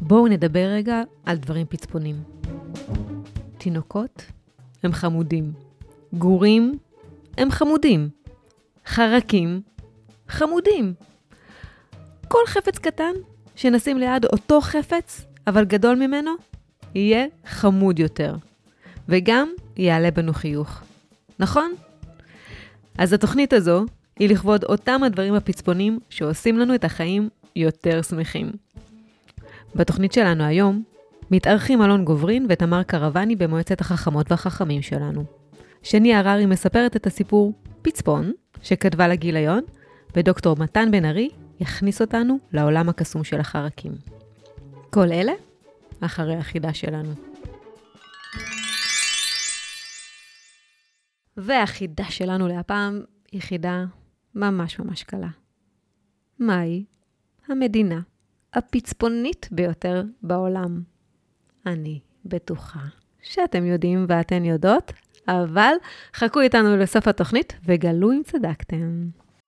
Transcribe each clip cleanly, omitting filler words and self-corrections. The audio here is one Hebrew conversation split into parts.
בואו נדבר רגע על דברים פצפונים. תינוקות הם חמודים. גורים הם חמודים. חרקים חמודים. כל חפץ קטן שנשים ליד אותו חפץ, אבל גדול ממנו, יהיה חמוד יותר. וגם יעלה בנו חיוך. נכון? אז התוכנית הזו היא לכבוד אותם הדברים הפצפונים שעושים לנו את החיים יותר שמחים. בתוכנית שלנו היום מתארחים אלון גוברין ותמר קרבני במועצת החכמות והחכמים שלנו. שני הררי מספרת את הסיפור פצפון שכתבה לגיליון, ודוקטור מתן בן ארי יכניס אותנו לעולם הקסום של החרקים. כל אלה אחרי החידה שלנו. והחידה שלנו להפעם היא חידה ממש ממש קלה. מהי המדינה הפצפונית ביותר בעולם? אני בטוחה שאתם יודעים ואתן יודעות, אבל חכו איתנו לסוף התוכנית וגלו אם צדקתם.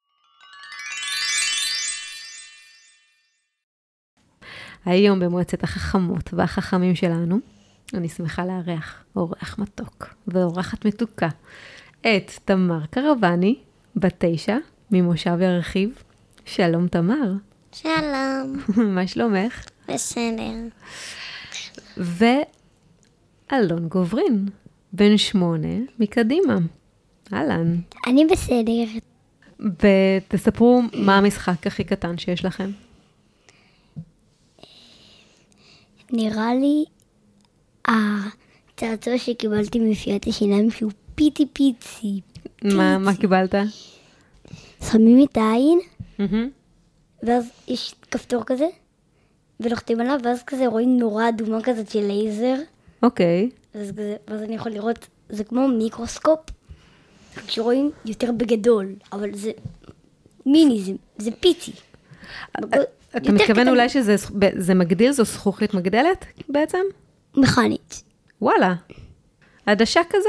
היום במועצת החכמות והחכמים שלנו, אני שמחה לארח אורח מתוק ואורחת מתוקה, את תמר קרבני, בת 9, ממושב ירחיב. שלום תמר. שלום. מה שלומך? בסדר. ואלון גוברין, בן 8, מקדימה. אהלן. אני בסדר. ותספרו מה המשחק הכי קטן שיש לכם. נראה לי הצעצוע שקיבלתי מפיית השיניים שהוא פיטי פיצי. מה קיבלת? שמים את העין, ואז יש כפתור כזה, ולוחתים עליו, ואז כזה רואים נורה אדומה כזאת של לייזר. אוקיי. ואז אני יכול לראות, זה כמו מיקרוסקופ, כשרואים יותר בגדול, אבל זה מיני, זה פיצי. אתה מתכוון אולי שזה מגדיל, זו זכוכית מגדלת בעצם? מכנית. וואלה. עדשה כזו?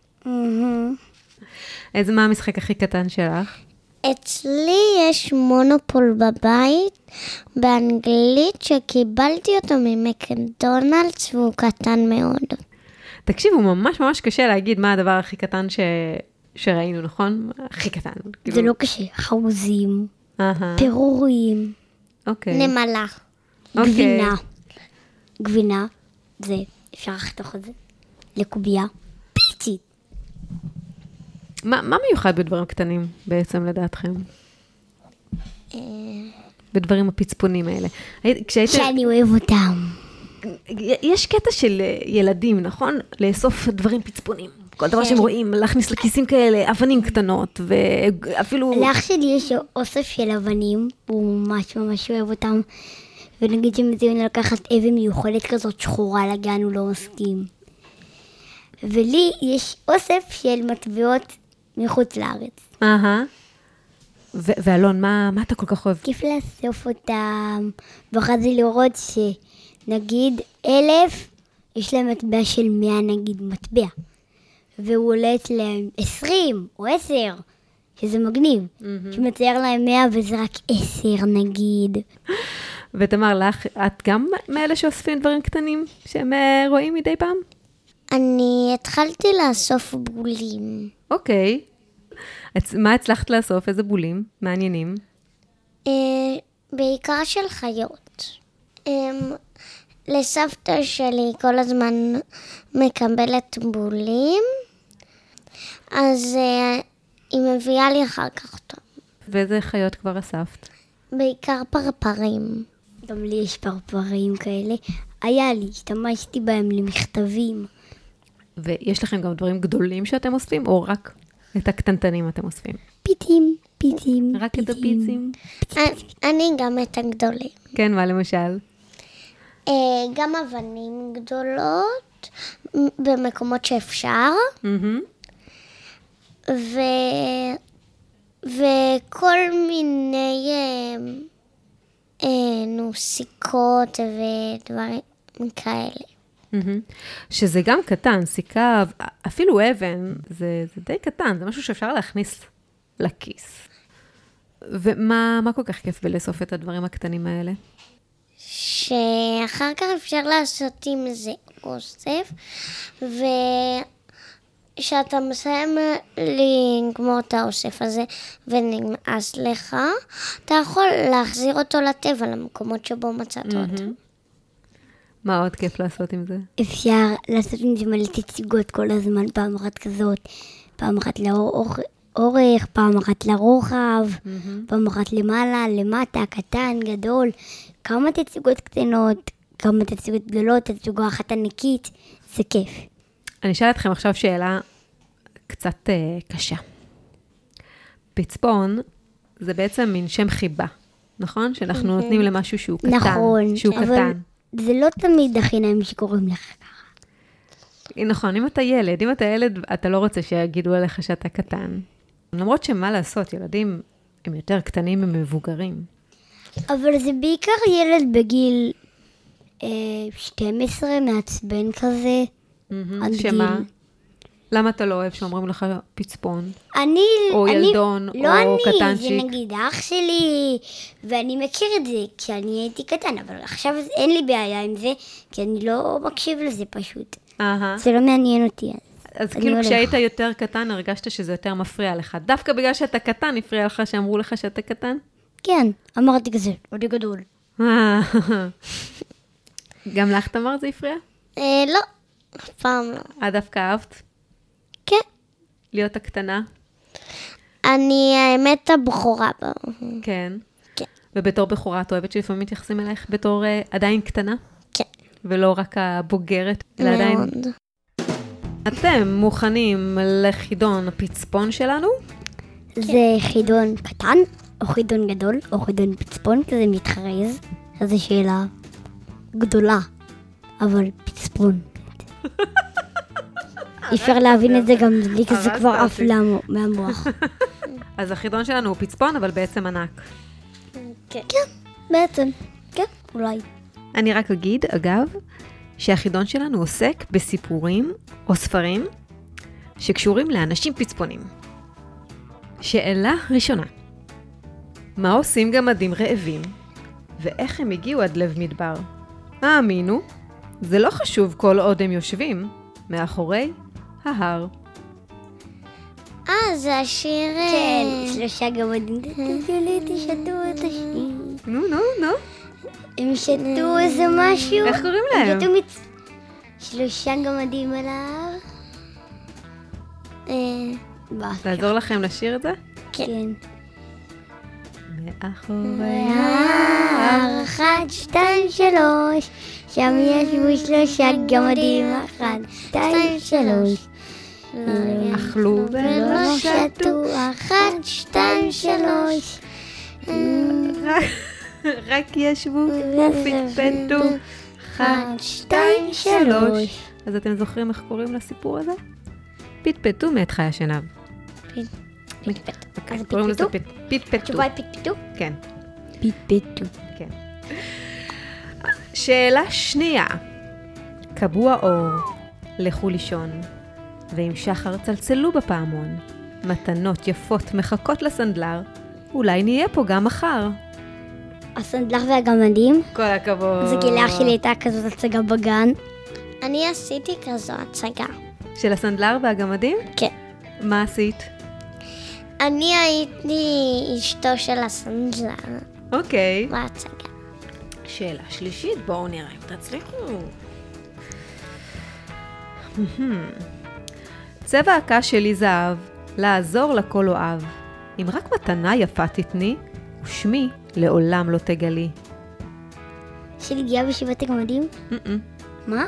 איזה מה המשחק הכי קטן שלך? אצלי יש מונופול בבית, באנגלית, שקיבלתי אותו ממקדונלדס, והוא קטן מאוד. תקשיבו, ממש ממש קשה להגיד מה הדבר הכי קטן שראינו, נכון? הכי קטן. זה לא קשה, חרוזים, פירורים, נמלה, גבינה, זה, אפשר לחתוך את זה, לקוביה, פיצי. מה מיוחד בדברים קטנים בעצם לדעתכם? בדברים הפצפונים האלה. שאני אוהב אותם. יש קטע של ילדים, נכון? לאסוף דברים פצפונים. כל דבר שהם רואים, להכניס לכיסים כאלה, אבנים קטנות, ואפילו... לאח שלי יש אוסף של אבנים, הוא ממש ממש אוהב אותם, ונגיד שמציעים לקחת אבן מיוחדת כזאת שחורה לגן, הוא לא מסכים. ולי יש אוסף של מטבעות מחוץ לארץ. ואלון, מה אתה כל כך אוהב? כיף לאסוף אותם, ואחרי זה לראות שנגיד 1,000, יש להם מטבע של 100 נגיד מטבע. והוא עולה להם 20 או 10, שזה מגניב. שמצייר להם 100 וזה רק 10 נגיד. ותמר לך, את גם מאלה שאוספים דברים קטנים שהם רואים מדי פעם? אני התחלתי לאסוף בולים. אוקיי. מה הצלחת לאסוף? איזה בולים? מעניינים? בעיקר של חיות. לסבתא שלי כל הזמן מקבלת בולים, אז היא מביאה לי אחר כך אותם. ואיזה חיות כבר אספת? בעיקר פרפרים. גם לי יש פרפרים כאלה. היה לי, השתמשתי בהם למכתבים. ויש לכם גם דברים גדולים שאתם אוספים, או רק את הקטנטנים אתם אוספים? פיצים. רק את הפיצים? אני גם את הגדולים. כן, מה למשל? גם אבנים גדולות, במקומות שאפשר. וכל מיני סיכות ודברים כאלה. שזה גם קטן, סיכה, אפילו אבן, זה די קטן, זה משהו שאפשר להכניס לכיס. ומה כל כך כיף בלאסוף את הדברים הקטנים האלה? שאחר כך אפשר לעשות עם זה אוסף, ושאתה מסיים לגמור את האוסף הזה ונמאס לך, אתה יכול להחזיר אותו לטבע, למקומות שבו מצאת אותו. מה עוד כיף לעשות עם זה? אפשר לעשות עם זה מלא תצוגות כל הזמן, פעם אחת כזאת, פעם אחת לאורך, פעם אחת לרוחב, פעם אחת למעלה, למטה, קטן, גדול, כמה תצוגות קטנות, כמה תצוגות גדולות, תצוגה אחת ענקית, זה כיף. אני אשאל אתכם עכשיו שאלה קצת קשה. פצפון זה בעצם מין שם חיבה, נכון? שאנחנו נותנים למשהו שהוא קטן. נכון, שהוא אבל קטן. זה לא תמיד הכי נעים שקוראים לך ככה. נכון, אם אתה ילד, אתה לא רוצה שיגידו עליך שאתה קטן. למרות שמה לעשות, ילדים הם יותר קטנים ממבוגרים. אבל זה בעיקר ילד בגיל 12, מעצבן כזה. עד שמה? גיל. למה אתה לא אוהב שאומרים לך פצפון? או ילדון, לא או אני, קטנצ'יק. זה נגיד אח שלי, ואני מכיר את זה, כי אני הייתי קטן, אבל עכשיו אין לי בעיה עם זה, כי אני לא מקשיב לזה פשוט. זה לא מעניין אותי. אז כאילו כשהיית יותר קטן, הרגשת שזה יותר מפריע לך. דווקא בגלל שאתה קטן, הפריע לך שאמרו לך שאתה קטן? כן, אמרתי כזה, עוד גדול. גם לך תמר זה הפריע? לא, אף פעם לא. את דווקא אהבת? כן. להיות הקטנה? אני האמת הבחורה. כן. כן. ובתור בחורה, את אוהבת שלפעמים מתייחסים אלייך בתור עדיין קטנה? כן. ולא רק הבוגרת, אלא עדיין... מאוד. אתם מוכנים לחידון הפצפון שלנו? זה חידון קטן, או חידון גדול, או חידון פצפון, כזה מתחרז. אז זו שאלה גדולה, אבל פצפון. אפשר להבין את זה גם לי, כי זה כבר עף מהמוח. אז החידון שלנו הוא פצפון, אבל בעצם ענק. כן. בעצם, כן, אולי. אני רק אגיד, אגב, שהחידון שלנו עוסק בסיפורים או ספרים שקשורים לאנשים פצפונים. שאלה ראשונה. מה עושים גמדים רעבים? ואיך הם הגיעו עד לב מדבר? האמינו, זה לא חשוב כל עוד הם יושבים מאחורי ההר. זה השיר... כן, 3 גמדים. תשתו את השיר. נו. הם שתו איזה משהו. איך קוראים להם? הם שתו 3 גמדים על ההר. לעזור לכם לשיר את זה? כן. מאחורי ההר 1, 2, 3, שם ישבו 3 גמדים, 1, 2, 3. אכלו ולא שתו 1, 2, 3. רק ישבו ופטפטו 1, 2, 3. אז אתם זוכרים איך קוראים לסיפור הזה? פטפטו מאת חיה שנב. אז קוראים לזה פטפטו? פטפטו. תשובה היא פטפטו? כן. פטפטו. כן. שאלה שנייה. כבו האור, לכו לישון, ועם שחר צלצלו בפעמון. מתנות יפות מחכות לסנדלר, אולי נהיה פה גם מחר. הסנדלר והגמדים? כל הכבוד. זה גילה שלי הייתה כזאת הצגה בגן. אני עשיתי כזו הצגה. של הסנדלר והגמדים? כן. מה עשית? אני הייתי אשתו של הסנדלר. אוקיי. בהצגה. שאלה שלישית, בואו נראה אם תצליחו. צבע הקש שלי זהב, לעזור לכל אוהב. אם רק מתנה יפה תתני, ושמי לעולם לא תגלי. שהגיעה בשבעת הגמדים? מה?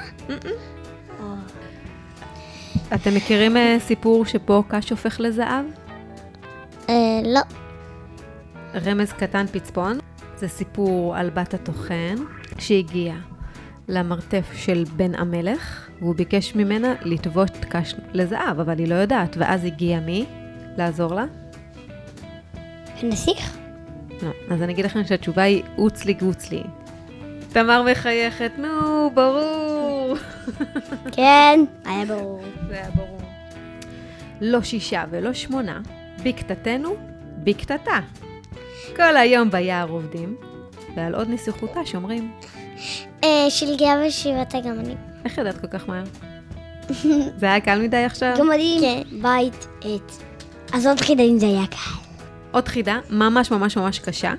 אתם מכירים סיפור שפה קש הופך לזהב? לא. רמז קטן פצפון. זה סיפור על בת התוכן שהגיעה למרתף של בן המלך, והוא ביקש ממנה לטוות קש לזהב, אבל היא לא יודעת. ואז הגיע מי? לעזור לה? הנסיך? לא. אז אני אגיד לכם שהתשובה היא אוצלי גוצלי. תמר מחייכת, נו, ברור. כן, היה ברור. זה היה ברור. לא 6 ולא 8, בקתתנו, בקתתה. כל היום ביער עובדים, ועל עוד נסיכותה שאומרים. שלגיה ושבעת הגמדים. איך ידעת כל כך מהר? זה היה קל מדי עכשיו? גמדים, כן. בית, עץ. אז עוד חידה אם זה היה קל. עוד חידה, ממש ממש ממש קשה.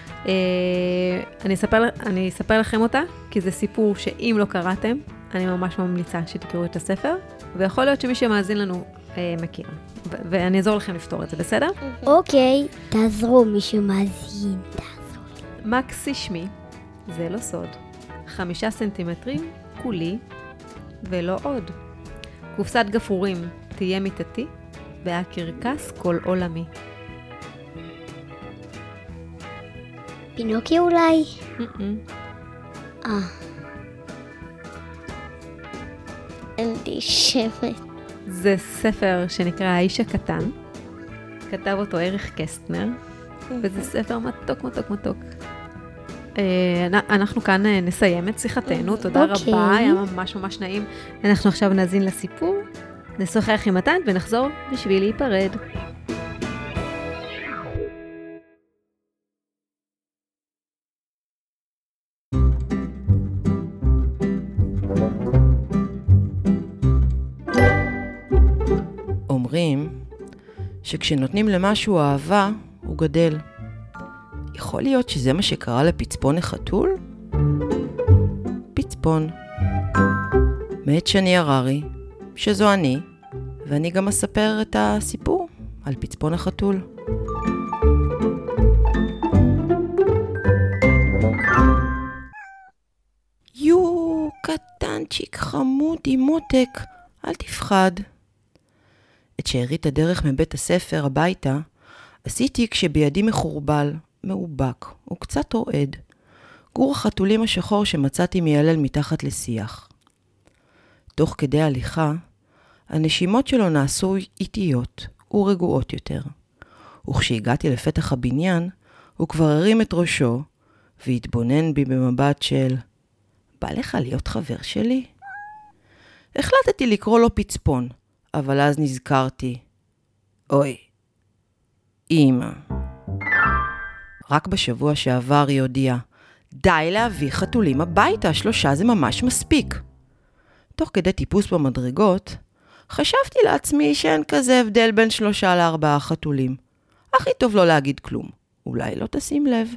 אני אספר לכם אותה, כי זה סיפור שאם לא קראתם, אני ממש ממליצה שתקראו את הספר, ויכול להיות שמי שמאזין לנו מכיר. ואני אעזור לכם לפתור את זה, בסדר? אוקיי, תעזרו מי שמאזין, תעזרו. מקסי שמי, זה לא סוד. 5 סנטימטרים, כולי, ולא עוד. קופסת גפרורים תהיה מיטתי, והקרקס כל עולמי. פינוקי אולי? אין לי שמץ. זה ספר שנקרא האיש הקטן. כתב אותו ערך קסטנר, וזה ספר מתוק מתוק מתוק. אנחנו כאן נסיים את שיחתנו, תודה רבה, היה ממש ממש נעים. אנחנו עכשיו נאזין לסיפור, נשוחח עם מתן ונחזור בשביל להיפרד. אומרים שכשנותנים למשהו אהבה, הוא גדל. יכול להיות שזה מה שקרה לפצפון החתול? פצפון. מאת שני הררי, שזו אני, ואני גם אספר את הסיפור על פצפון החתול. יו, קטנצ'יק חמודי מותק, אל תפחד. את שארית הדרך מבית הספר הביתה עשיתי כשבידי מחורבל, מאובק וקצת רועד, גור החתולים השחור שמצאתי מיילל מתחת לשיח. תוך כדי הליכה, הנשימות שלו נעשו איטיות ורגועות יותר, וכשהגעתי לפתח הבניין, הוא כבר הרים את ראשו והתבונן בי במבט של בא לך להיות חבר שלי? החלטתי לקרוא לו פצפון, אבל אז נזכרתי. אוי, אמא. רק בשבוע שעבר היא הודיעה, די להביא חתולים הביתה, 3 זה ממש מספיק. תוך כדי טיפוס במדרגות, חשבתי לעצמי שאין כזה הבדל בין 3 ל4 חתולים. הכי טוב לא להגיד כלום, אולי לא תשים לב.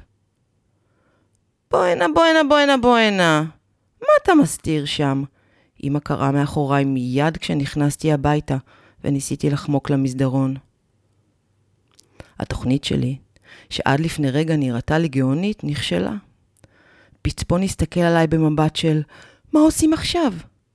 בואנה. מה אתה מסתיר שם? אמא קראה מאחוריי מיד כשנכנסתי הביתה וניסיתי לחמוק למסדרון. התוכנית שלי, שעד לפני רגע נראתה לי גאונית, נכשלה. פצפון הסתכל עליי במבט של, מה עושים עכשיו?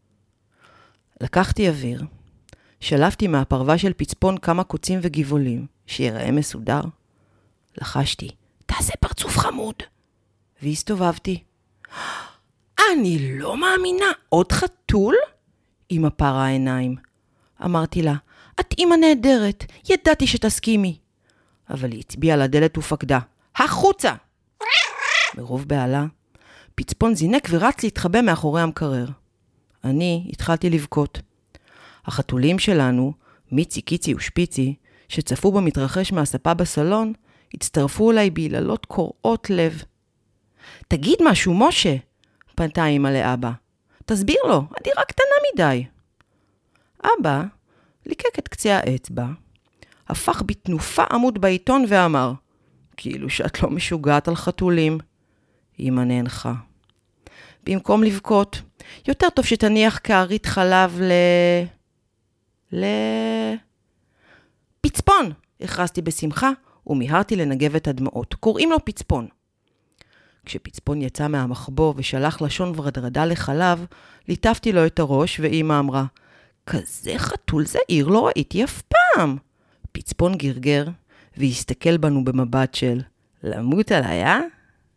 לקחתי אוויר, שלפתי מהפרווה של פצפון כמה קוצים וגיבולים, שיראה מסודר. לחשתי, תעשה פרצוף חמוד. והסתובבתי. אני לא מאמינה, עוד חתול? אמא פרה העיניים. אמרתי לה, את אמא נהדרת, ידעתי שתסכימי. אבל היא הצביעה לדלת ופקדה, החוצה! מרוב בעלה, פצפון זינק ורץ להתחבא מאחורי המקרר. אני התחלתי לבכות. החתולים שלנו, מיצי, קיצי ושפיצי, שצפו במתרחש מהספה בסלון, הצטרפו אליי ביללות קורעות לב. תגיד משהו, משה, פנתה אמא לאבא. תסביר לו, הדירה קטנה מדי. אבא ליקק את קצה האצבע, הפך בתנופה עמוד בעיתון ואמר, כאילו שאת לא משוגעת על חתולים. אמא נאנחה. במקום לבכות, יותר טוב שתניח כערית חלב פצפון! הכרזתי בשמחה ומיהרתי לנגב את הדמעות. קוראים לו פצפון. כשפצפון יצא מהמחבוא ושלח לשון ורדרדה לחלב, ליטפתי לו את הראש ואמא אמרה, כזה חתול זעיר לא ראיתי אף פעם. פצפון גרגר והסתכל בנו במבט של, למות עליי, אה?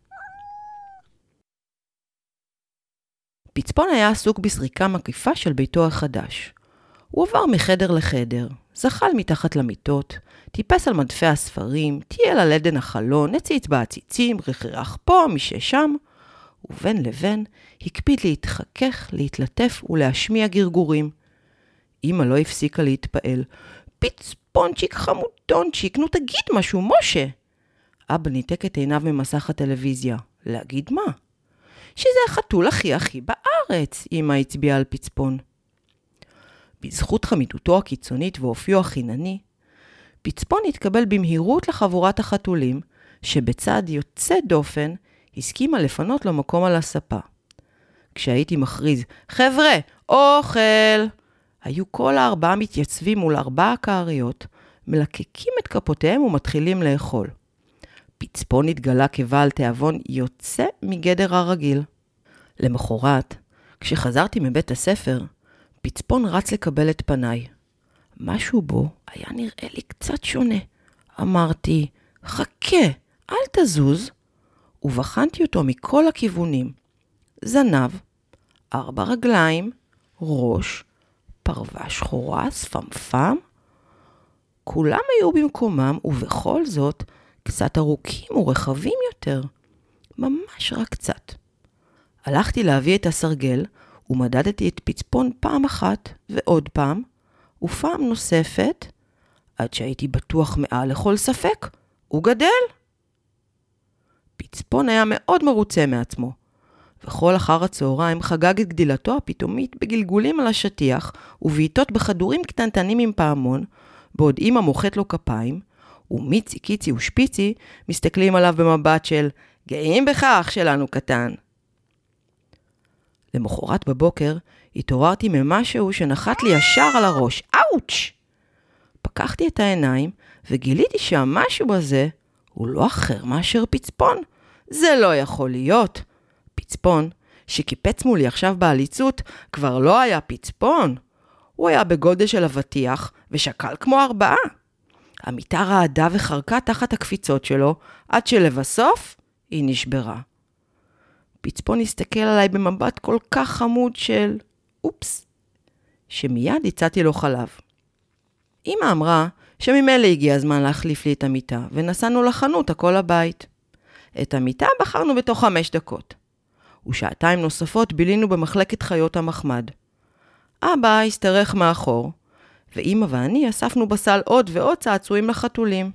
פצפון היה עסוק בסריקה מקיפה של ביתו החדש. הוא עבר מחדר לחדר, זחל מתחת למיטות, טיפס על מדפי הספרים, טייל על עדן החלון, הציץ בעציצים, רכרח פה, משש שם, ובין לבין הקפיד להתחכך, להתלטף ולהשמיע גרגורים. אמא לא הפסיקה להתפעל. פצפונצ'יק חמודונצ'יק, נו תגיד משהו, משה. אבא ניתק את עיניו ממסך הטלוויזיה. להגיד מה? שזה החתול הכי בארץ, אמא הצביעה על פצפון. בזכות חמידותו הקיצונית ואופיו החינני, פצפון התקבל במהירות לחבורת החתולים, שבצד יוצא דופן, הסכימה לפנות לו מקום על הספה. כשהייתי מכריז, חבר'ה, אוכל! היו כל 4 מתייצבים מול 4 קעריות, מלקקים את כפותיהם ומתחילים לאכול. פצפון התגלה כבעל תיאבון יוצא מגדר הרגיל. למחרת, כשחזרתי מבית הספר, פצפון רץ לקבל את פניי. משהו בו היה נראה לי קצת שונה. אמרתי, חכה, אל תזוז, ובחנתי אותו מכל הכיוונים. זנב, 4 רגליים, ראש, פרווה שחורה, ספמפם. כולם היו במקומם, ובכל זאת, קצת ארוכים ורחבים יותר. ממש רק קצת. הלכתי להביא את הסרגל, ומדדתי את פצפון פעם אחת ועוד פעם, ופעם נוספת, עד שהייתי בטוח מעל לכל ספק, הוא גדל. פצפון היה מאוד מרוצה מעצמו, וכל אחר הצהריים חגג את גדילתו הפתאומית בגלגולים על השטיח, ובעיטות בכדורים קטנטנים עם פעמון, בעוד אמא מוחאת לו כפיים, ומיצי, קיצי ושפיצי מסתכלים עליו במבט של גאים בך אח שלנו קטן. למחרת בבוקר התעוררתי ממשהו שנחת לי ישר על הראש. אאוץ'! פקחתי את העיניים וגיליתי שהמשהו הזה הוא לא אחר מאשר פצפון. זה לא יכול להיות. פצפון, שקיפץ מולי עכשיו בעליצות, כבר לא היה פצפון. הוא היה בגודל של אבטיח ושקל כמו 4. המיטה רעדה וחרקה תחת הקפיצות שלו, עד שלבסוף היא נשברה. פצפון הסתכל עליי במבט כל כך חמוד של אופס, שמיד הצעתי לו חלב. אמא אמרה שממילא הגיע הזמן להחליף לי את המיטה, ונסענו לחנות הכל הבית. את המיטה בחרנו בתוך 5 דקות, ושעתיים נוספות בילינו במחלקת חיות המחמד. אבא הסתרך מאחור, ואמא ואני אספנו בסל עוד ועוד צעצועים לחתולים.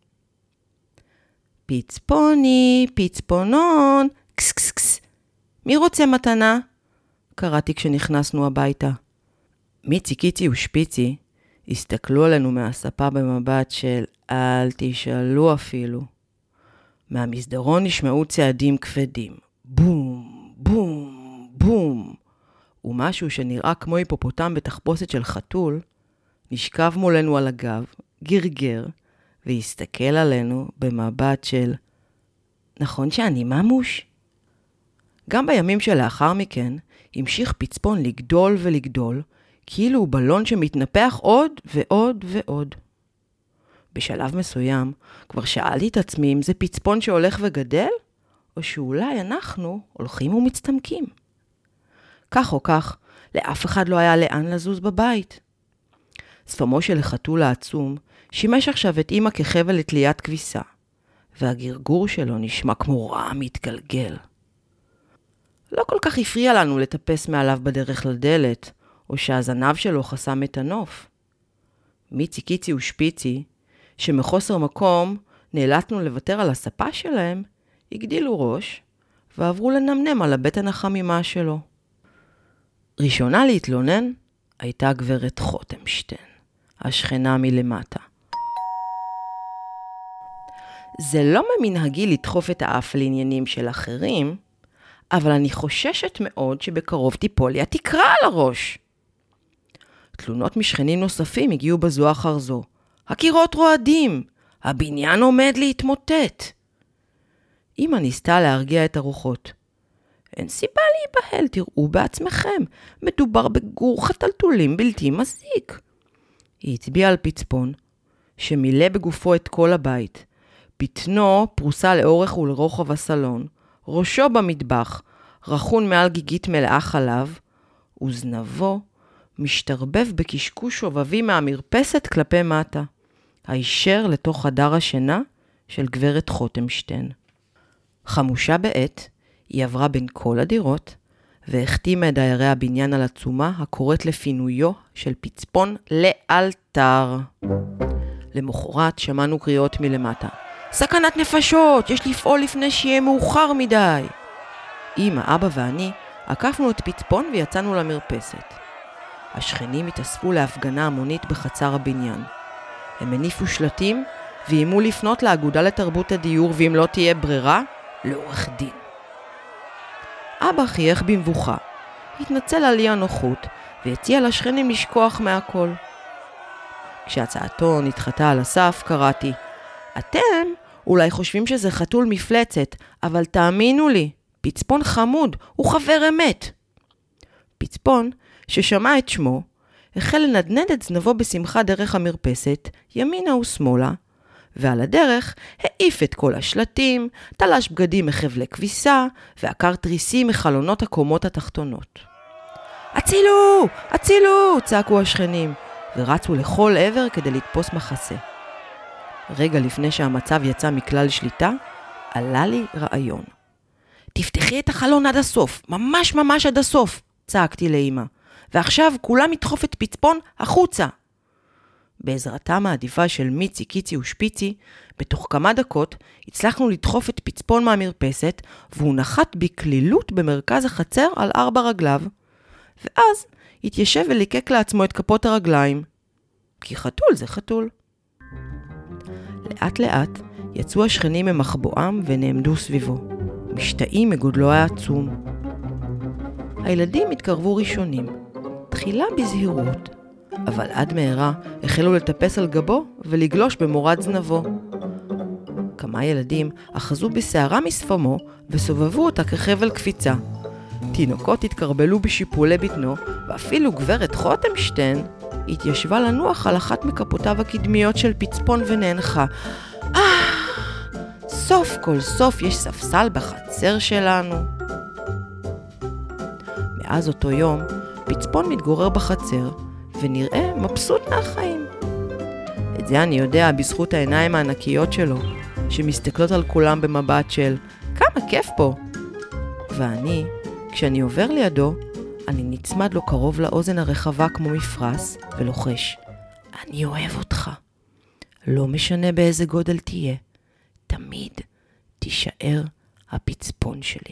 פצפוני, פצפונון, קס קס קס. מי רוצה מתנה? קראתי כשנכנסנו הביתה. מיצי, קיצי ושפיצי הסתכלו עלינו מהספה במבט של אל תשאלו אפילו. מהמסדרון נשמעו צעדים כבדים. בום, בום, בום. ומשהו שנראה כמו היפופוטם בתחפושת של חתול, נשכב מולנו על הגב, גרגר, והסתכל עלינו במבט של נכון שאני ממוש? גם בימים שלאחר מכן, המשיך פצפון לגדול ולגדול, כאילו הוא בלון שמתנפח עוד ועוד ועוד. בשלב מסוים, כבר שאלתי את עצמי אם זה פצפון שהולך וגדל, או שאולי אנחנו הולכים ומצטמקים. כך או כך, לאף אחד לא היה לאן לזוז בבית. שפמו של החתול העצום שימש עכשיו את אמא כחבל לתליית כביסה, והגרגור שלו נשמע כמו רע מתגלגל. לא כל כך הפריע לנו לטפס מעליו בדרך לדלת, או שהזנב שלו חסם את הנוף. מיצי, קיצי ושפיצי, שמחוסר מקום נאלצנו לוותר על הספה שלהם, הגדילו ראש, ועברו לנמנם על הבטן החמימה שלו. ראשונה להתלונן הייתה גברת חוטמשטיין, השכנה מלמטה. זה לא ממנהגי לדחוף את האף לעניינים של אחרים, אבל אני חוששת מאוד שבקרוב תיפול לי התקרה על הראש. תלונות משכנים נוספים הגיעו בזו אחר זו. הקירות רועדים, הבניין עומד להתמוטט. אמא ניסתה להרגיע את הרוחות. אין סיבה להיבהל, תראו בעצמכם, מדובר בגור חתלתולים בלתי מזיק. היא הצביעה על פצפון, שמילא בגופו את כל הבית. בטנו פרוסה לאורך ולרוחב הסלון, ראשו במטבח, רכון מעל גיגית מלאה חלב, וזנבו משתרבב בקשקוש שובבי מהמרפסת כלפי מטה, הישר לתוך חדר השינה של גברת חוטמשטיין. חמושה בעת, היא עברה בין כל הדירות, והחתימה את דיירי הבניין על עצומה הקוראת לפינויו של פצפון לאלתר. למחרת שמענו קריאות מלמטה. סכנת נפשות, יש לפעול לפני שיהיה מאוחר מדי. אמא, אבא ואני עקפנו את פצפון ויצאנו למרפסת. השכנים התאספו להפגנה המונית בחצר הבניין. הם הניפו שלטים ואיימו לפנות לאגודה לתרבות הדיור, ואם לא תהיה ברירה, לעורך דין. אבא חייך במבוכה, התנצל על אי הנוחות והציע לשכנים לשכוח מהכל. כשהצעתו נדחתה על הסף, קראתי, אתם אולי חושבים שזה חתול מפלצת, אבל תאמינו לי, פצפון חמוד, הוא חבר אמת. פצפון, ששמע את שמו, החל לנדנד את זנבו בשמחה דרך המרפסת, ימינה ושמאלה, ועל הדרך העיף את כל השלטים, תלש בגדים מחבלי כביסה, ועקר תריסים מחלונות הקומות התחתונות. הצילו! הצילו! צעקו השכנים, ורצו לכל עבר כדי לתפוס מחסה. רגע לפני שהמצב יצא מכלל שליטה, עלה לי רעיון. תפתחי את החלון עד הסוף, ממש ממש עד הסוף, צעקתי לאמא. ועכשיו כולם ידחוף את פצפון החוצה. בעזרתם העדיפה של מיצי, קיצי ושפיצי, בתוך כמה דקות הצלחנו לדחוף את פצפון מהמרפסת, והוא נחת בכלילות במרכז החצר על 4 רגליו. ואז התיישב וליקק לעצמו את כפות הרגליים. כי חתול זה חתול. לאט לאט יצאו השכנים ממחבואם ונעמדו סביבו, משתאים מגודלו העצום. הילדים התקרבו ראשונים, תחילה בזהירות, אבל עד מהרה החלו לטפס על גבו ולגלוש במורד זנבו. כמה ילדים אחזו בשערה משפמו וסובבו אותה כחבל קפיצה. תינוקות התקרבלו בשיפולי בטנו, ואפילו גברת חוטמשטיין התיישבה לנוח על אחת מכפותיו הקדמיות של פצפון ונאנחה. סוף כל סוף יש ספסל בחצר שלנו. מאז אותו יום, פצפון מתגורר בחצר, ונראה מבסוט מהחיים. את זה אני יודע בזכות העיניים הענקיות שלו, שמסתכלות על כולם במבט של כמה כיף פה. ואני, כשאני עובר לידו, אני נצמד לו קרוב לאוזן הרחבה כמו מפרס, ולוחש, אני אוהב אותך. לא משנה באיזה גודל תהיה, תמיד תישאר הפצפון שלי.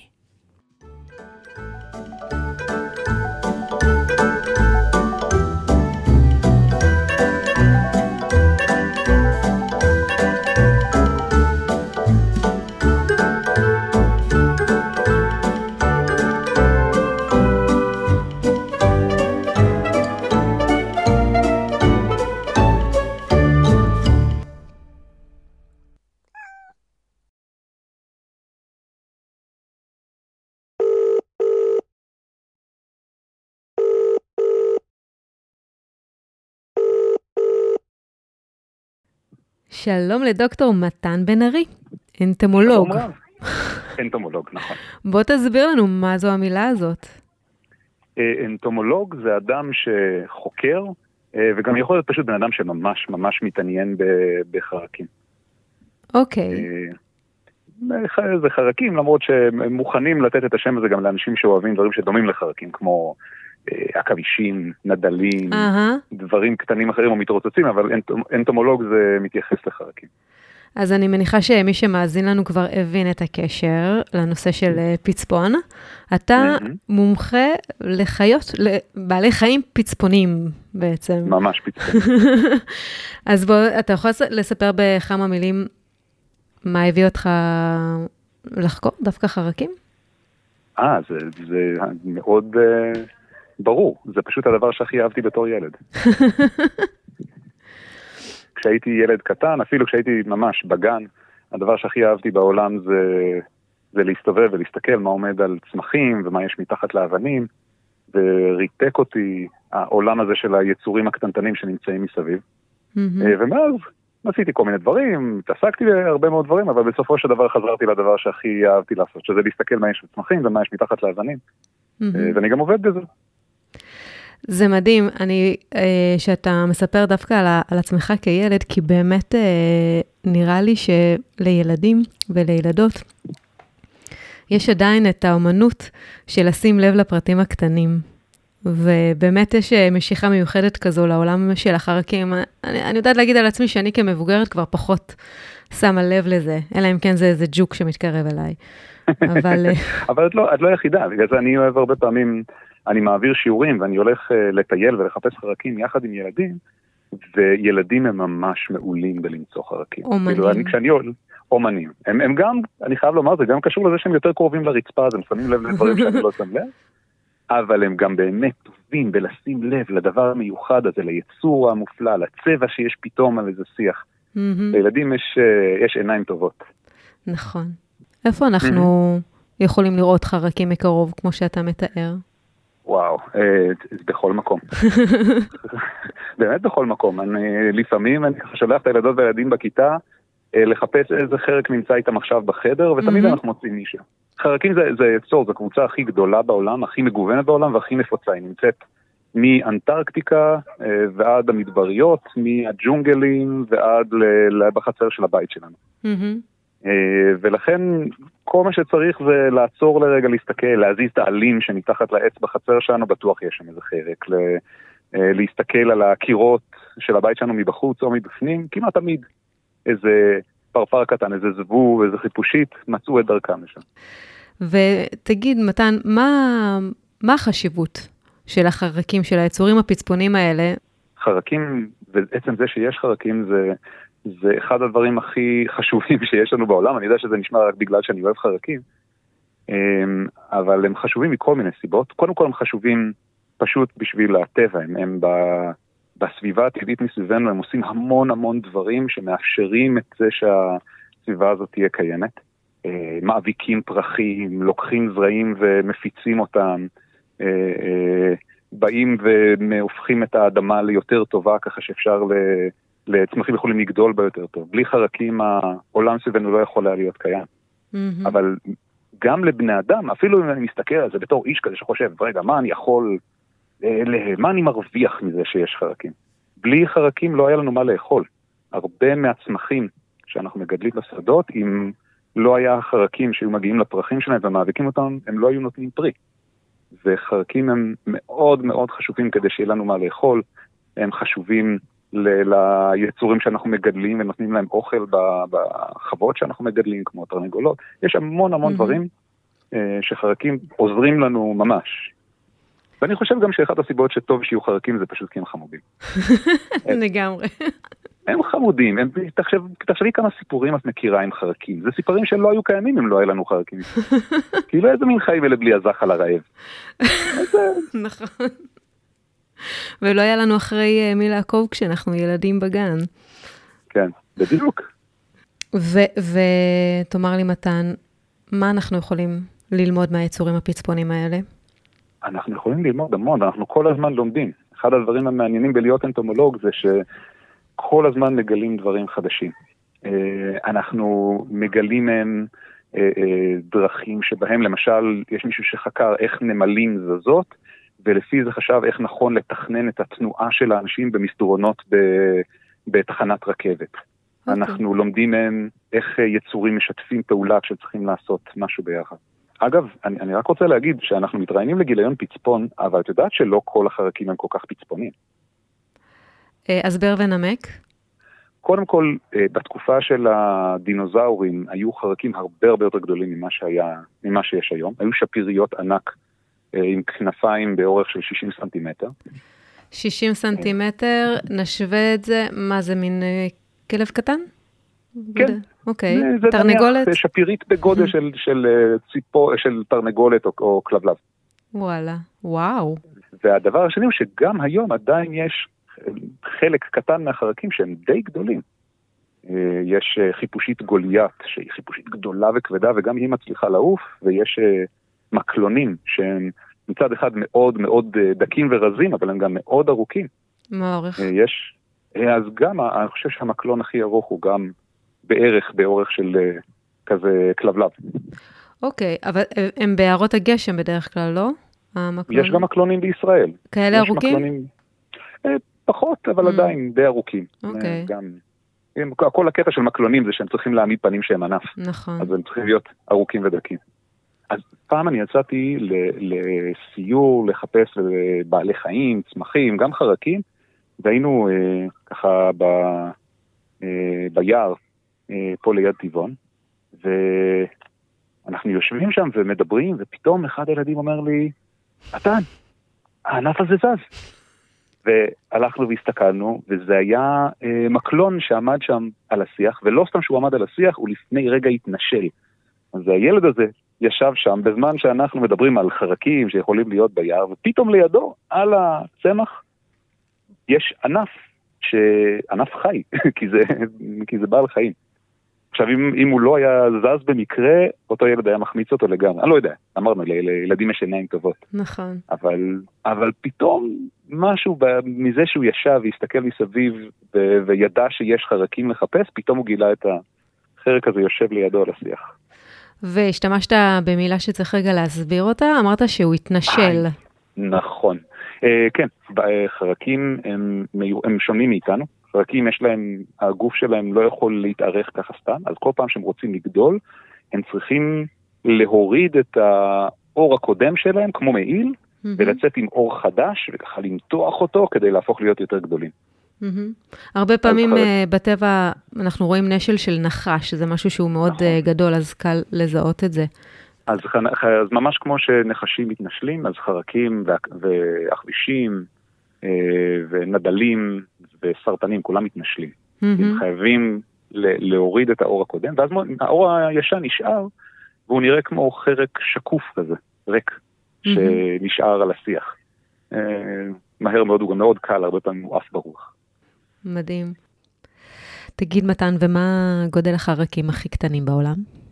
שלום לדוקטור מתן בן ארי, אנטומולוג. אנטומולוג, נכון. בוא תסביר לנו מה זו המילה הזאת. אנטומולוג זה אדם שחוקר, וגם יכול להיות פשוט בן אדם שממש ממש מתעניין בחרקים. אוקיי. זה חרקים, למרות שמוכנים לתת את השם הזה גם לאנשים שאוהבים דברים שדומים לחרקים, כמו עכבישים, נדלים, דברים קטנים אחרים או מתרוצצים, אבל אנטומולוג זה מתייחס לחרקים. אז אני מניחה שמי שמאזין לנו כבר הבין את הקשר לנושא של פצפון. אתה מומחה לחיות, לבעלי חיים פצפונים בעצם. ממש פצפונים. אז בוא, אתה יכול לספר בכמה מילים מה הביא אותך לחקור דווקא חרקים? זה מאוד ברור. זה פשוט הדבר שהכי אהבתי בתור ילד. כשהייתי ילד קטן, אפילו כשהייתי ממש בגן, הדבר שהכי אהבתי בעולם זה להסתובב ולהסתכל מה עומד על צמחים ומה יש מתחת לאבנים, וריתק אותי העולם הזה של היצורים הקטנטנים שנמצאים מסביב. ומאז עשיתי כל מיני דברים, התעסקתי בהרבה מאוד דברים, אבל בסופו של דבר חזרתי לדבר שהכי אהבתי לעשות, שזה להסתכל מה יש בצמחים ומה יש מתחת לאבנים. ואני גם עובד בזה. זה מדהים, שאתה מספר דווקא על עצמך כילד, כי באמת נראה לי שלילדים ולילדות יש עדיין את האומנות של לשים לב לפרטים הקטנים. ובאמת יש משיכה מיוחדת כזו לעולם של החרקים. אני יודעת להגיד על עצמי שאני כמבוגרת כבר פחות שמה לב לזה, אלא אם כן זה איזה ג'וק שמתקרב אליי. אבל את לא יחידה, בגלל זה אני אוהב הרבה פעמים, אני מעביר שיעורים ואני הולך לטייל ולחפש חרקים יחד עם ילדים, וילדים הם ממש מעולים בלמצוא חרקים. אומנים. אומנים. הם גם, אני חייב לומר, זה גם קשור לזה שהם יותר קרובים לרצפה, אז הם שמים לב לדברים שאני לא שם לב, אבל הם גם באמת טובים בלשים לב לדבר המיוחד הזה, ליצור המופלא, לצבע שיש פתאום על איזה שיח. לילדים יש עיניים טובות. נכון. איפה אנחנו יכולים לראות חרקים מקרוב, כמו שאתה מתאר? וואו, בכל מקום. באמת בכל מקום. לפעמים אני שולח את הילדות והילדים בכיתה, לחפש איזה חרק נמצא איתם עכשיו בחדר, ותמיד אנחנו מוצאים מישהו. חרקים זה יצור, זו הקבוצה הכי גדולה בעולם, הכי מגוונת בעולם והכי נפוצה. היא נמצאת מאנטרקטיקה ועד המדבריות, מהג'ונגלים ועד בחצר של הבית שלנו. ולכן כל מה שצריך זה לעצור לרגע, להסתכל, להזיז את העלים שמתחת לעץ בחצר שלנו, בטוח יש שם איזה חרק, להסתכל על הקירות של הבית שלנו מבחוץ או מבפנים, כמעט תמיד איזה פרפר קטן, איזה זבוב, איזה חיפושית, מצאו את דרכם לשם. ותגיד, מתן, מה החשיבות של החרקים, של היצורים הפצפונים האלה? חרקים, ועצם זה שיש חרקים זה אחד הדברים הכי חשובים שיש לנו בעולם. אני יודע שזה נשמע רק בגלל שאני אוהב חרקים, אבל הם חשובים מכל מיני סיבות. קודם כל הם חשובים פשוט בשביל הטבע, הם בסביבה הטבעית מסביבנו, הם עושים המון המון דברים שמאפשרים את זה שהסביבה הזאת תהיה קיימת. מאביקים פרחים, לוקחים זרעים ומפיצים אותם, באים והופכים את האדמה ליותר טובה, ככה שאפשר לצמחים יכולים לגדול ביותר טוב. בלי חרקים העולם סביבנו לא יכול להיות קיים. אבל גם לבני אדם, אפילו אם אני מסתכל על זה בתור איש כזה שחושב, רגע, מה אני מרוויח מזה שיש חרקים? בלי חרקים לא היה לנו מה לאכול. הרבה מהצמחים שאנחנו מגדלים בשדות, אם לא היה חרקים שהיו מגיעים לפרחים שלהם ומאביקים אותם, הם לא היו נותנים פרי. וחרקים הם מאוד מאוד חשובים כדי שיהיה לנו מה לאכול. הם חשובים ליצורים שאנחנו מגדלים ונותנים להם אוכל בחוות שאנחנו מגדלים, כמו תרנגולות. יש המון המון דברים שחרקים עוזרים לנו ממש. ואני חושב גם שאחת הסיבות שטוב שיהיו חרקים זה פשוט כי הם חמודים. לגמרי. הם חמודים. תחשבי כמה סיפורים את מכירה עם חרקים. זה סיפורים שלא היו קיימים אם לא היה לנו חרקים. כאילו איזה מין חיים אלה בלי הזחל הרעב. נכון. ולא היה לנו אחרי מי לעקוב כשאנחנו ילדים בגן. כן, בדיוק. ותאמר לי מתן, מה אנחנו יכולים ללמוד מהיצורים הפצפונים האלה? אנחנו יכולים ללמוד המון, אנחנו כל הזמן לומדים. אחד הדברים המעניינים בלהיות אנטומולוג זה שכל הזמן מגלים דברים חדשים. אנחנו מגלים מהם דרכים שבהם למשל יש מישהו שחקר איך נמלים זזות, ולפי זה חשב איך נכון לתכנן את התנועה של האנשים במסדרונות בתחנת רכבת. אנחנו לומדים מהם איך יצורים משתפים פעולה כשצריכים לעשות משהו ביחד. אגב, אני רק רוצה להגיד שאנחנו מתראיינים לגיליון פצפון, אבל את יודעת שלא כל החרקים הם כל כך פצפונים. הסבר ונמק? קודם כל, בתקופה של הדינוזאורים היו חרקים הרבה הרבה יותר גדולים ממה שיש היום. היו שפיריות ענק עם כנפיים באורך של 60 סנטימטר. 60 סנטימטר, נשווה את זה, מה זה, מין כלב קטן? כן. אוקיי, תרנגולת? זה שפירית בגודל של תרנגולת או כלבלב. וואלה, וואו. והדבר השני הוא שגם היום עדיין יש חלק קטן מהחרקים שהם די גדולים. יש חיפושית גוליית, שהיא חיפושית גדולה וכבדה, וגם היא מצליחה לעוף, ויש מקלונים שהם מצד אחד מאוד מאוד דקים ורזים, אבל הם גם מאוד ארוכים. מה אורך? אז גם, אני חושב שהמקלון הכי ארוך הוא גם באורך של כזה כלבלב. אוקיי, אבל הם בערות הגשם בדרך כלל, לא? יש גם מקלונים בישראל. כאלה ארוכים? פחות, אבל עדיין די ארוכים. אוקיי. כל הקטע של מקלונים זה שהם צריכים להעמיד פנים שהם ענף. נכון. אז הם צריכים להיות ארוכים ודקים. אז פעם אני יצאתי לסיור, לחפש בעלי חיים, צמחים, גם חרקים, והיינו ככה ביער, פה ליד טבעון, ואנחנו יושבים שם ומדברים, ופתאום אחד הילדים אומר לי, מתן, הענף הזה זז. והלכנו והסתכלנו, וזה היה מקלון שעמד שם על השיח, ולא סתם שהוא עמד על השיח, הוא לפני רגע התנשל. אז הילד הזה ישב שם בזמן שאנחנו מדברים על חרקים שיכולים להיות ביער, ופתאום לידו, על הצמח, יש ענף חי, כי זה בעל חיים. עכשיו, אם הוא לא היה זז במקרה, אותו ילד היה מחמיץ אותו לגמרי. אני לא יודע, אמרנו, לילדים יש עיניים טובות. נכון. אבל פתאום משהו מזה שהוא ישב והסתכל מסביב וידע שיש חרקים לחפש, פתאום הוא גילה את החרק הזה יושב לידו על השיח. והשתמשת במילה שצריך רגע להסביר אותה, אמרת שהוא התנשל. נכון. כן, חרקים הם שונים מאיתנו. חרקים יש להם, הגוף שלהם לא יכול להתארך ככה סתם, אז כל פעם שהם רוצים לגדול, הם צריכים להוריד את האור הקודם שלהם, כמו מעיל, ולצאת עם אור חדש, וככה למתוח אותו כדי להפוך להיות יותר גדולים. הרבה פעמים בטבע אנחנו רואים נשל של נחש, שזה משהו שהוא מאוד גדול, אז קל לזהות את זה. אז ממש כמו שנחשים מתנשלים, אז חרקים ואחבישים ונדלים וסרטנים, כולם מתנשלים. הם חייבים להוריד את האור הקודם, ואז האור הישן נשאר, והוא נראה כמו חרק שקוף כזה, ריק, שנשאר על השיח. מהר מאוד, הוא גם מאוד קל, הרבה פעמים הוא אף ברוח. מדהים. תגיד מתן, ומה גודל החרקים הכי קטנים בעולם?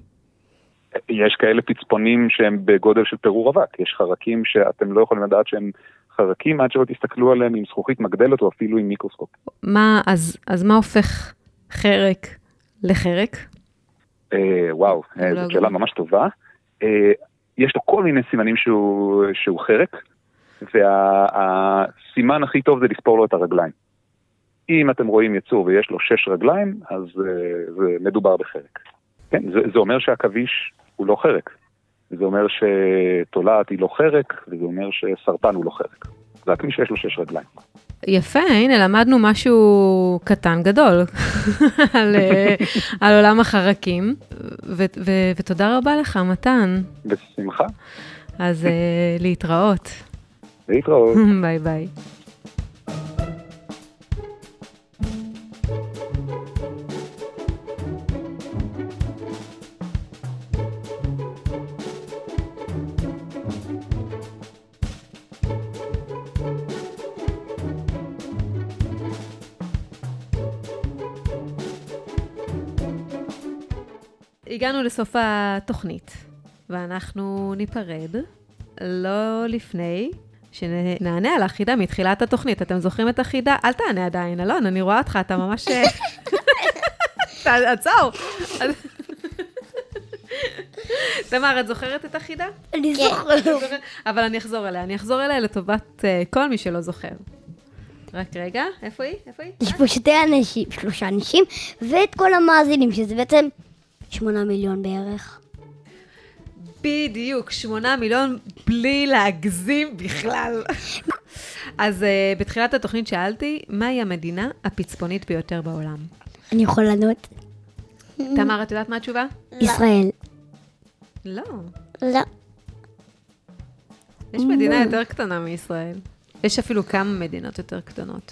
יש כאלה פצפונים שהם בגודל של פירור אבק. יש חרקים שאתם לא יכולים לדעת שהם חרקים, עד שלא תסתכלו עליהם עם זכוכית מגדלת או אפילו עם מיקרוסקופ. אז מה הופך חרק לחרק? וואו, זו שאלה ממש טובה. יש לו כל מיני סימנים שהוא חרק, והסימן הכי טוב זה לספור לו את הרגליים. אם אתם רואים יצור ויש לו 6 רגליים, אז זה מדובר בחרק. כן, זה אומר שהכביש הוא לא חרק. זה אומר שתולעת היא לא חרק, וזה אומר שסרטן הוא לא חרק. זה רק מי שיש לו 6 רגליים. יפה, הנה, למדנו משהו קטן גדול על עולם החרקים, ותודה רבה לך, מתן. בשמחה. אז להתראות. להתראות. ביי ביי. הגענו לסוף התוכנית, ואנחנו ניפרד, לא לפני שנענה על החידה מתחילת התוכנית. אתם זוכרים את החידה? אל תענה עדיין, אלון, אני רואה אותך, אתה ממש... עצור! תמר, את זוכרת את החידה? אני זוכרת. אבל אני אחזור אליה לטובת כל מי שלא זוכר. רק רגע, איפה היא? יש פה 3 אנשים, ואת כל המאזינים, שזה בעצם 8 מיליון בערך. בדיוק, 8 מיליון בלי להגזים בכלל. אז בתחילת התוכנית שאלתי, מהי המדינה הפצפונית ביותר בעולם? אני יכול לענות? תמר, את יודעת מה התשובה? ישראל. לא. לא. יש מדינה יותר קטנה מישראל. יש אפילו כמה מדינות יותר קטנות.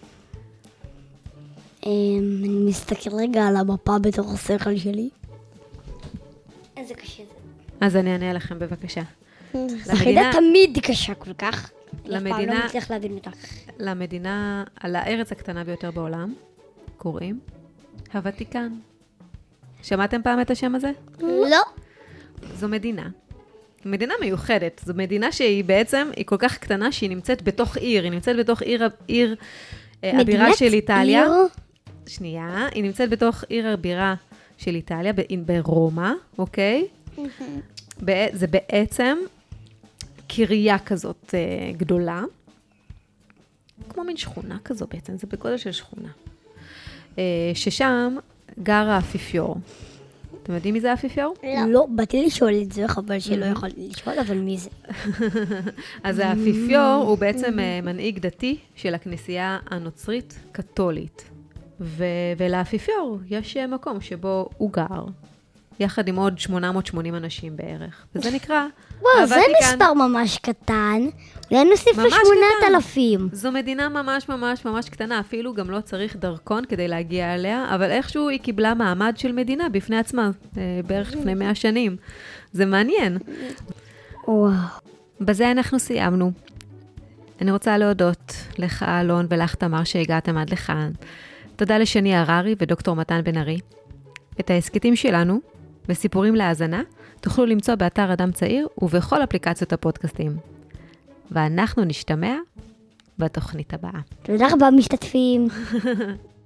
אני מסתכל רגע על המפה בתוך השכל שלי. איזה קשה זה. אז אני אענה לכם בבקשה. החידה תמיד קשה כל כך. למדינה, לא מצליח להבין אותה. למדינה, על הארץ הקטנה ביותר בעולם, קוראים הוותיקן. שמעתם פעם את השם הזה? לא. זו מדינה מיוחדת. זו מדינה שהיא בעצם, היא כל כך קטנה שהיא נמצאת בתוך עיר. היא נמצאת בתוך עיר הבירה של איטליה. שנייה, היא נמצאת בתוך עיר הבירה של איטליה, ברומא, אוקיי? זה בעצם קריה כזאת גדולה, כמו מין שכונה כזו בעצם, זה בגודל של שכונה. ששם גר האפיפיור. אתם יודעים מי זה האפיפיור? לא, באתי לשאול את זה, חבל שלא יכולתי לשאול, אבל מי זה? אז האפיפיור הוא בעצם מנהיג דתי של הכנסייה הנוצרית קתולית. ולאפיפיור יש מקום שבו הוא גר, יחד עם עוד 880 אנשים בערך. וזה נקרא וואו, זה מספר ממש קטן. אולי נוסיף ל8,000. זו מדינה ממש ממש ממש קטנה, אפילו גם לא צריך דרכון כדי להגיע אליה, אבל איכשהו היא קיבלה מעמד של מדינה בפני עצמה, בערך לפני 100 שנים. זה מעניין. וואו. בזה אנחנו סיימנו. אני רוצה להודות לך, אלון, ולך, תמר, שהגעתם עד לכאן. תודה לשני הררי ודוקטור מתן בן ארי. את ההסקטים שלנו, וסיפורים להאזנה, תוכלו למצוא באתר אדם צעיר ובכל אפליקציות הפודקאסטים. ואנחנו נשתמע בתוכנית הבאה. תודה רבה משתתפים.